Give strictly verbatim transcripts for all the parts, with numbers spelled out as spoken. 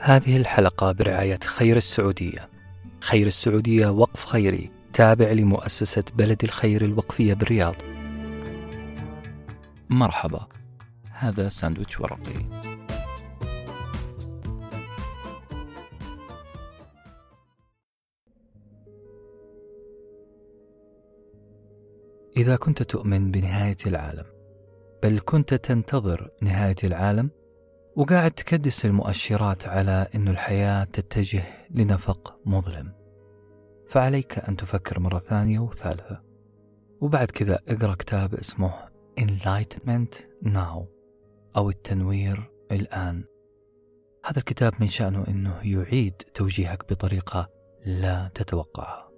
هذه الحلقة برعاية خير السعودية. خير السعودية وقف خيري تابع لمؤسسة بلد الخير الوقفية بالرياض. مرحبا، هذا ساندويتش ورقي. إذا كنت تؤمن بنهاية العالم، بل كنت تنتظر نهاية العالم وقاعد تكدس المؤشرات على أن الحياة تتجه لنفق مظلم، فعليك أن تفكر مرة ثانية وثالثة. وبعد كذا اقرأ كتاب اسمه Enlightenment Now أو التنوير الآن. هذا الكتاب من شأنه أنه يعيد توجيهك بطريقة لا تتوقعها.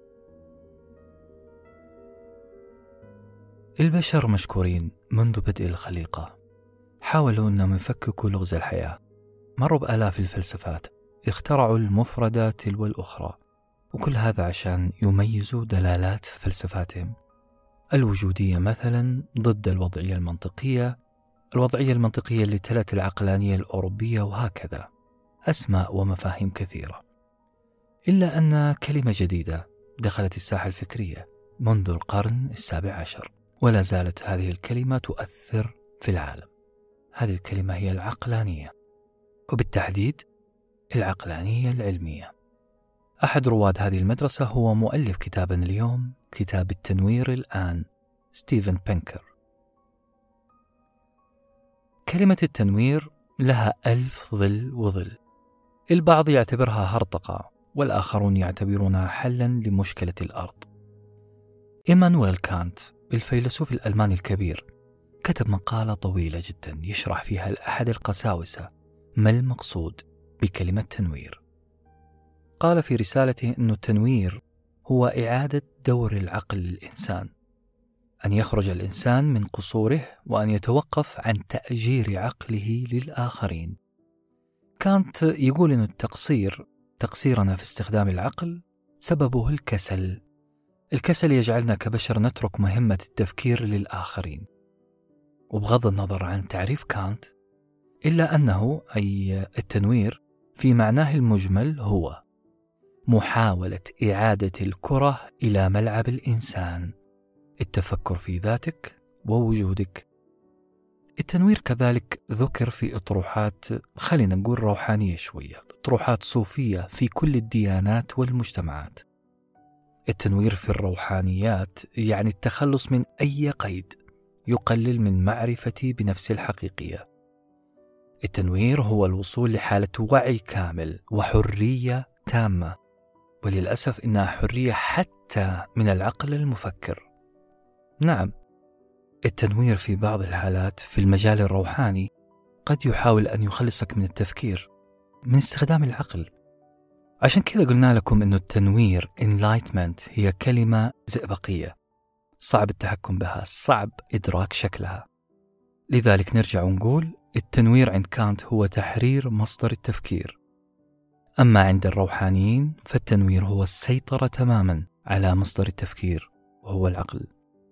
البشر مشكورين منذ بدء الخليقة، حاولوا أنهم يفككوا لغز الحياة، مروا بآلاف الفلسفات، اخترعوا المفردات تلو الأخرى، وكل هذا عشان يميزوا دلالات فلسفاتهم. الوجودية مثلا ضد الوضعية المنطقية، الوضعية المنطقية اللي تلت العقلانية الأوروبية، وهكذا أسماء ومفاهيم كثيرة. إلا أن كلمة جديدة دخلت الساحة الفكرية منذ القرن السابع عشر، ولا زالت هذه الكلمة تؤثر في العالم. هذه الكلمة هي العقلانية، وبالتحديد العقلانية العلمية. أحد رواد هذه المدرسة هو مؤلف كتابنا اليوم، كتاب التنوير الآن، ستيفن بينكر. كلمة التنوير لها ألف ظل وظل. البعض يعتبرها هرطقة، والآخرون يعتبرونها حلا لمشكلة الأرض. إيمانويل كانت الفيلسوف الألماني الكبير كتب مقالة طويلة جدا يشرح فيها لأحد القساوسة ما المقصود بكلمة تنوير. قال في رسالته أن التنوير هو إعادة دور العقل للإنسان، أن يخرج الإنسان من قصوره وأن يتوقف عن تأجير عقله للآخرين. كانت يقول أن التقصير تقصيرنا في استخدام العقل سببه الكسل. الكسل يجعلنا كبشر نترك مهمة التفكير للآخرين. وبغض النظر عن تعريف كانت، إلا أنه أي التنوير في معناه المجمل هو محاولة إعادة الكرة إلى ملعب الإنسان، التفكر في ذاتك ووجودك. التنوير كذلك ذكر في أطروحات خلينا نقول روحانية شوية، أطروحات صوفية في كل الديانات والمجتمعات. التنوير في الروحانيات يعني التخلص من أي قيد يقلل من معرفتي بنفسي الحقيقية. التنوير هو الوصول لحالة وعي كامل وحرية تامة، وللأسف إنها حرية حتى من العقل المفكر. نعم، التنوير في بعض الحالات في المجال الروحاني قد يحاول أن يخلصك من التفكير، من استخدام العقل. عشان كذا قلنا لكم إنه التنوير enlightenment هي كلمة زئبقية، صعب التحكم بها، صعب إدراك شكلها. لذلك نرجع ونقول التنوير عند كانت هو تحرير مصدر التفكير. أما عند الروحانيين فالتنوير هو السيطرة تماما على مصدر التفكير وهو العقل.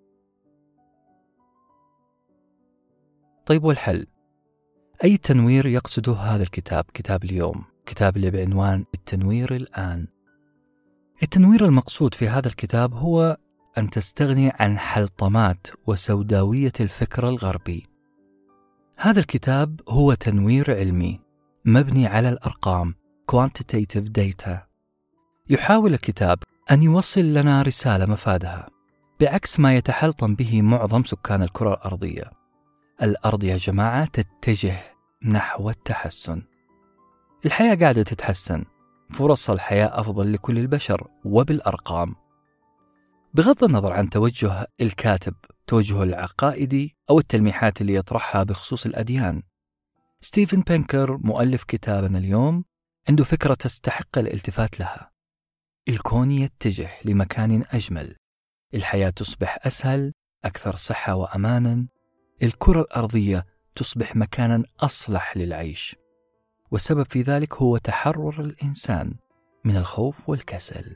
طيب، والحل؟ أي تنوير يقصده هذا الكتاب، كتاب اليوم، كتاب اللي بعنوان التنوير الآن؟ التنوير المقصود في هذا الكتاب هو أن تستغني عن حلطمات وسوداوية الفكر الغربي. هذا الكتاب هو تنوير علمي مبني على الأرقام quantitative data. يحاول الكتاب أن يوصل لنا رسالة مفادها بعكس ما يتحلطم به معظم سكان الكرة الأرضية. الأرض يا جماعة تتجه نحو التحسن، الحياة قاعدة تتحسن، فرص الحياة أفضل لكل البشر وبالأرقام. بغض النظر عن توجه الكاتب، توجهه العقائدي أو التلميحات اللي يطرحها بخصوص الأديان، ستيفن بينكر مؤلف كتابنا اليوم عنده فكرة تستحق الالتفات لها. الكون يتجه لمكان أجمل، الحياة تصبح أسهل، أكثر صحة وأمانا، الكرة الأرضية تصبح مكانا أصلح للعيش، والسبب في ذلك هو تحرر الإنسان من الخوف والكسل.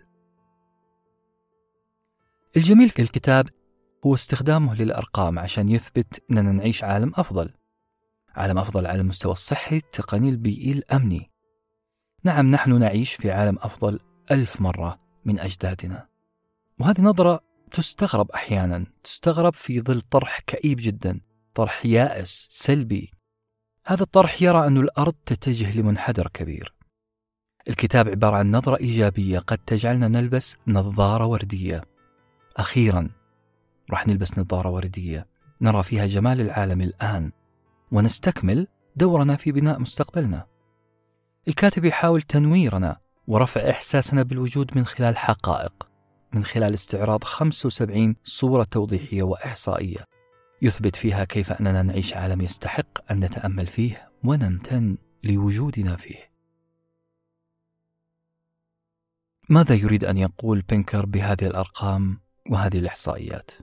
الجميل في الكتاب هو استخدامه للأرقام عشان يثبت أننا نعيش عالم أفضل، عالم أفضل على المستوى الصحي، التقني، البيئي، الأمني. نعم، نحن نعيش في عالم أفضل ألف مرة من أجدادنا. وهذه نظرة تستغرب أحيانا، تستغرب في ظل طرح كئيب جدا، طرح يائس سلبي. هذا الطرح يرى أن الأرض تتجه لمنحدر كبير. الكتاب عبارة عن نظرة إيجابية قد تجعلنا نلبس نظارة وردية. أخيرا راح نلبس نظارة وردية نرى فيها جمال العالم الآن، ونستكمل دورنا في بناء مستقبلنا. الكاتب يحاول تنويرنا ورفع إحساسنا بالوجود من خلال حقائق، من خلال استعراض خمسة وسبعين صورة توضيحية وإحصائية يثبت فيها كيف أننا نعيش عالم يستحق أن نتأمل فيه ونمتن لوجودنا فيه. ماذا يريد أن يقول بينكر بهذه الأرقام وهذه الإحصائيات؟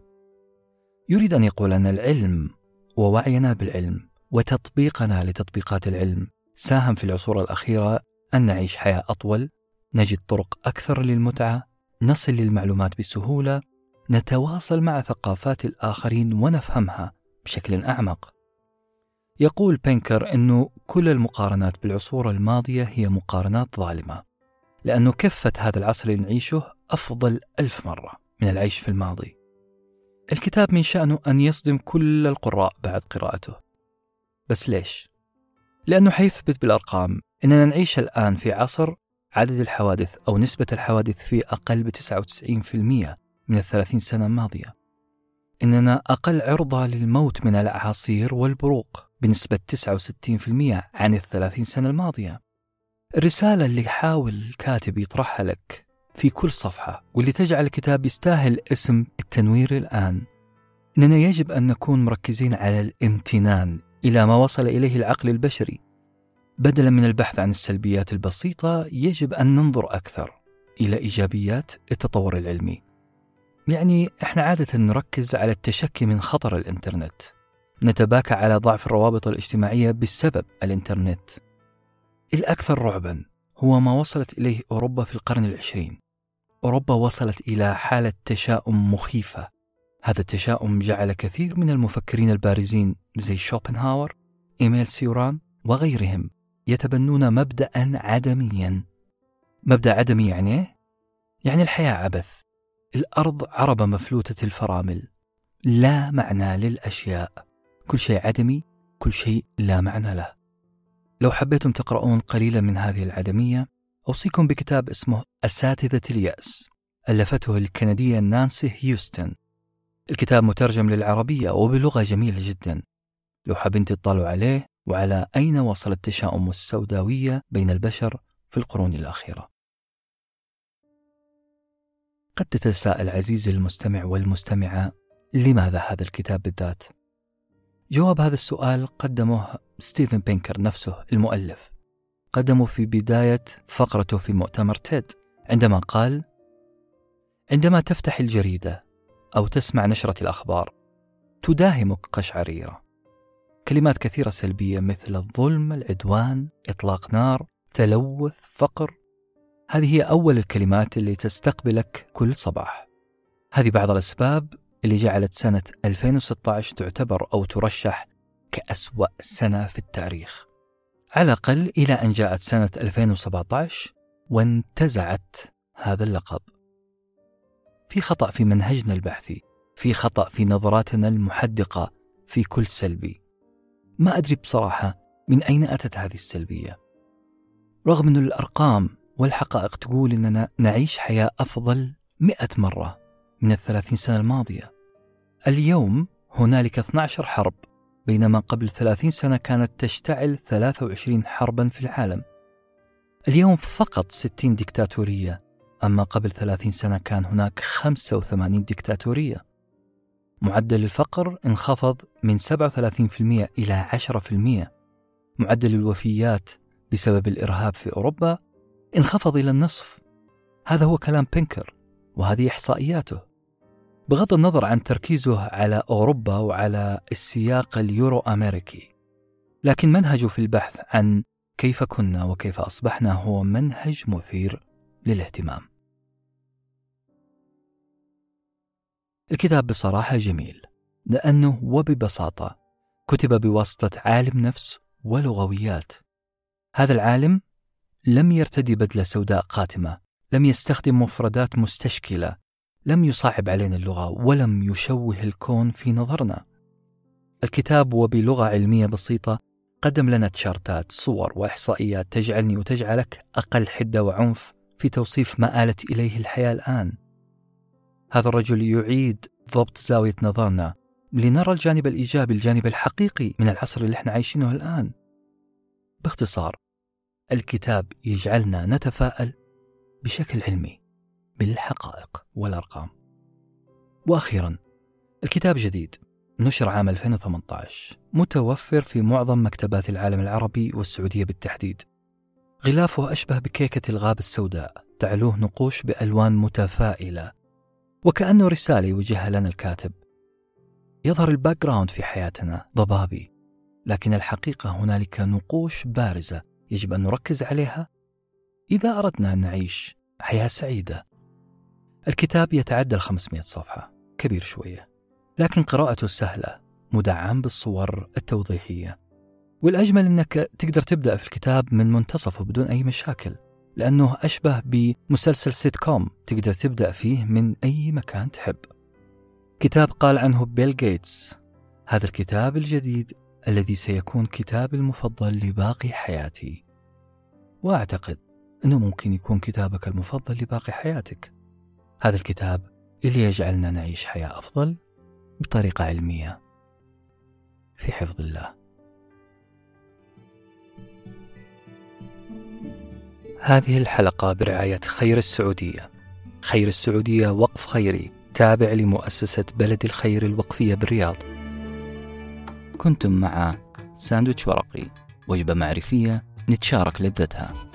يريد أن يقول أن العلم ووعينا بالعلم وتطبيقنا لتطبيقات العلم ساهم في العصور الأخيرة أن نعيش حياة أطول، نجد طرق أكثر للمتعة، نصل للمعلومات بسهولة، نتواصل مع ثقافات الآخرين ونفهمها بشكل أعمق. يقول بينكر أنه كل المقارنات بالعصور الماضية هي مقارنات ظالمة، لأنه كفة هذا العصر اللي نعيشه أفضل ألف مرة من العيش في الماضي. الكتاب من شأنه أن يصدم كل القراء بعد قراءته. بس ليش؟ لأنه حيثبت بالأرقام أننا نعيش الآن في عصر عدد الحوادث أو نسبة الحوادث فيه أقل بتسعة وتسعين بالمئة من الثلاثين سنة الماضية، إننا أقل عرضة للموت من الأعاصير والبروق بنسبة تسعة وستين بالمئة عن الثلاثين سنة الماضية. الرسالة اللي حاول الكاتب يطرحها لك في كل صفحة واللي تجعل الكتاب يستاهل اسم التنوير الآن، إننا يجب أن نكون مركزين على الامتنان إلى ما وصل إليه العقل البشري. بدلا من البحث عن السلبيات البسيطة يجب أن ننظر أكثر إلى إيجابيات التطور العلمي. يعني إحنا عادة نركز على التشكي من خطر الإنترنت، نتباكى على ضعف الروابط الاجتماعية بسبب الإنترنت. الأكثر رعبا هو ما وصلت إليه أوروبا في القرن العشرين. أوروبا وصلت إلى حالة تشاؤم مخيفة. هذا التشاؤم جعل كثير من المفكرين البارزين زي شوبنهاور، إيميل سيوران وغيرهم يتبنون مبدأ عدميا. مبدأ عدمي يعني يعني الحياة عبث، الأرض عربة مفلوتة الفرامل، لا معنى للأشياء، كل شيء عدمي، كل شيء لا معنى له. لو حبيتم تقرؤون قليلا من هذه العدمية أوصيكم بكتاب اسمه أساتذة اليأس، ألفته الكندية نانسي هيوستن. الكتاب مترجم للعربية وبلغة جميلة جدا. لو حابين تطلعوا عليه وعلى أين وصل التشاؤم السوداوية بين البشر في القرون الأخيرة. قد تتساءل عزيزي المستمع والمستمعة، لماذا هذا الكتاب بالذات؟ جواب هذا السؤال قدمه ستيفن بينكر نفسه المؤلف، قدمه في بداية فقرته في مؤتمر تيد عندما قال: عندما تفتح الجريدة أو تسمع نشرة الأخبار تداهمك قشعريرة، كلمات كثيرة سلبية مثل الظلم، العدوان، إطلاق نار، تلوث، فقر. هذه هي أول الكلمات اللي تستقبلك كل صباح. هذه بعض الأسباب اللي جعلت سنة ألفين وستة عشر تعتبر أو ترشح كأسوأ سنة في التاريخ، على الأقل إلى أن جاءت سنة ألفين وسبعة عشر وانتزعت هذا اللقب. في خطأ في منهجنا البحثي، في خطأ في نظراتنا المحدقة في كل سلبي. ما أدري بصراحة من أين أتت هذه السلبية، رغم أن الأرقام والحقائق تقول أننا نعيش حياة أفضل مئة مرة من الثلاثين سنة الماضية. اليوم هنالك اثنتي عشرة حرب، بينما قبل ثلاثين سنة كانت تشتعل ثلاثة وعشرين حربا في العالم. اليوم فقط ستين ديكتاتورية، أما قبل ثلاثين سنة كان هناك خمسة وثمانين ديكتاتورية. معدل الفقر انخفض من سبعة وثلاثين بالمئة إلى عشرة بالمئة. معدل الوفيات بسبب الإرهاب في أوروبا انخفض إلى النصف. هذا هو كلام بينكر وهذه إحصائياته، بغض النظر عن تركيزه على أوروبا وعلى السياق اليورو أمريكي. لكن منهجه في البحث عن كيف كنا وكيف أصبحنا هو منهج مثير للاهتمام. الكتاب بصراحة جميل، لأنه وببساطة كتب بواسطة عالم نفس ولغويات. هذا العالم لم يرتدي بدلة سوداء قاتمة، لم يستخدم مفردات مستشكلة، لم يصعب علينا اللغة، ولم يشوه الكون في نظرنا. الكتاب وبلغة علمية بسيطة قدم لنا تشارتات، صور وإحصائيات تجعلني وتجعلك أقل حدة وعنف في توصيف ما آلت إليه الحياة الآن. هذا الرجل يعيد ضبط زاوية نظرنا لنرى الجانب الإيجابي، الجانب الحقيقي من العصر اللي احنا عايشينه الآن. باختصار، الكتاب يجعلنا نتفائل بشكل علمي بالحقائق والأرقام. وأخيرا، الكتاب جديد، نشر عام ألفين وثمانية عشر، متوفر في معظم مكتبات العالم العربي والسعودية بالتحديد. غلافه أشبه بكيكة الغاب السوداء، تعلوه نقوش بألوان متفائلة، وكأنه رسالة يوجهها لنا الكاتب. يظهر الباك جراوند في حياتنا ضبابي، لكن الحقيقة هنالك نقوش بارزة يجب أن نركز عليها إذا أردنا أن نعيش حياة سعيدة. الكتاب يتعدى الخمسمائة صفحة، كبير شوية، لكن قراءته سهلة، مدعم بالصور التوضيحية. والأجمل أنك تقدر تبدأ في الكتاب من منتصفه بدون أي مشاكل، لأنه أشبه بمسلسل سيت كوم تقدر تبدأ فيه من أي مكان تحب. كتاب قال عنه بيل غيتس: هذا الكتاب الجديد الذي سيكون كتابي المفضل لباقي حياتي. وأعتقد أنه ممكن يكون كتابك المفضل لباقي حياتك. هذا الكتاب اللي يجعلنا نعيش حياة أفضل بطريقة علمية، في حفظ الله. هذه الحلقة برعاية خير السعودية. خير السعودية وقف خيري تابع لمؤسسة بلد الخير الوقفية بالرياض. كنتم مع ساندويتش ورقي، وجبة معرفية نتشارك لذتها.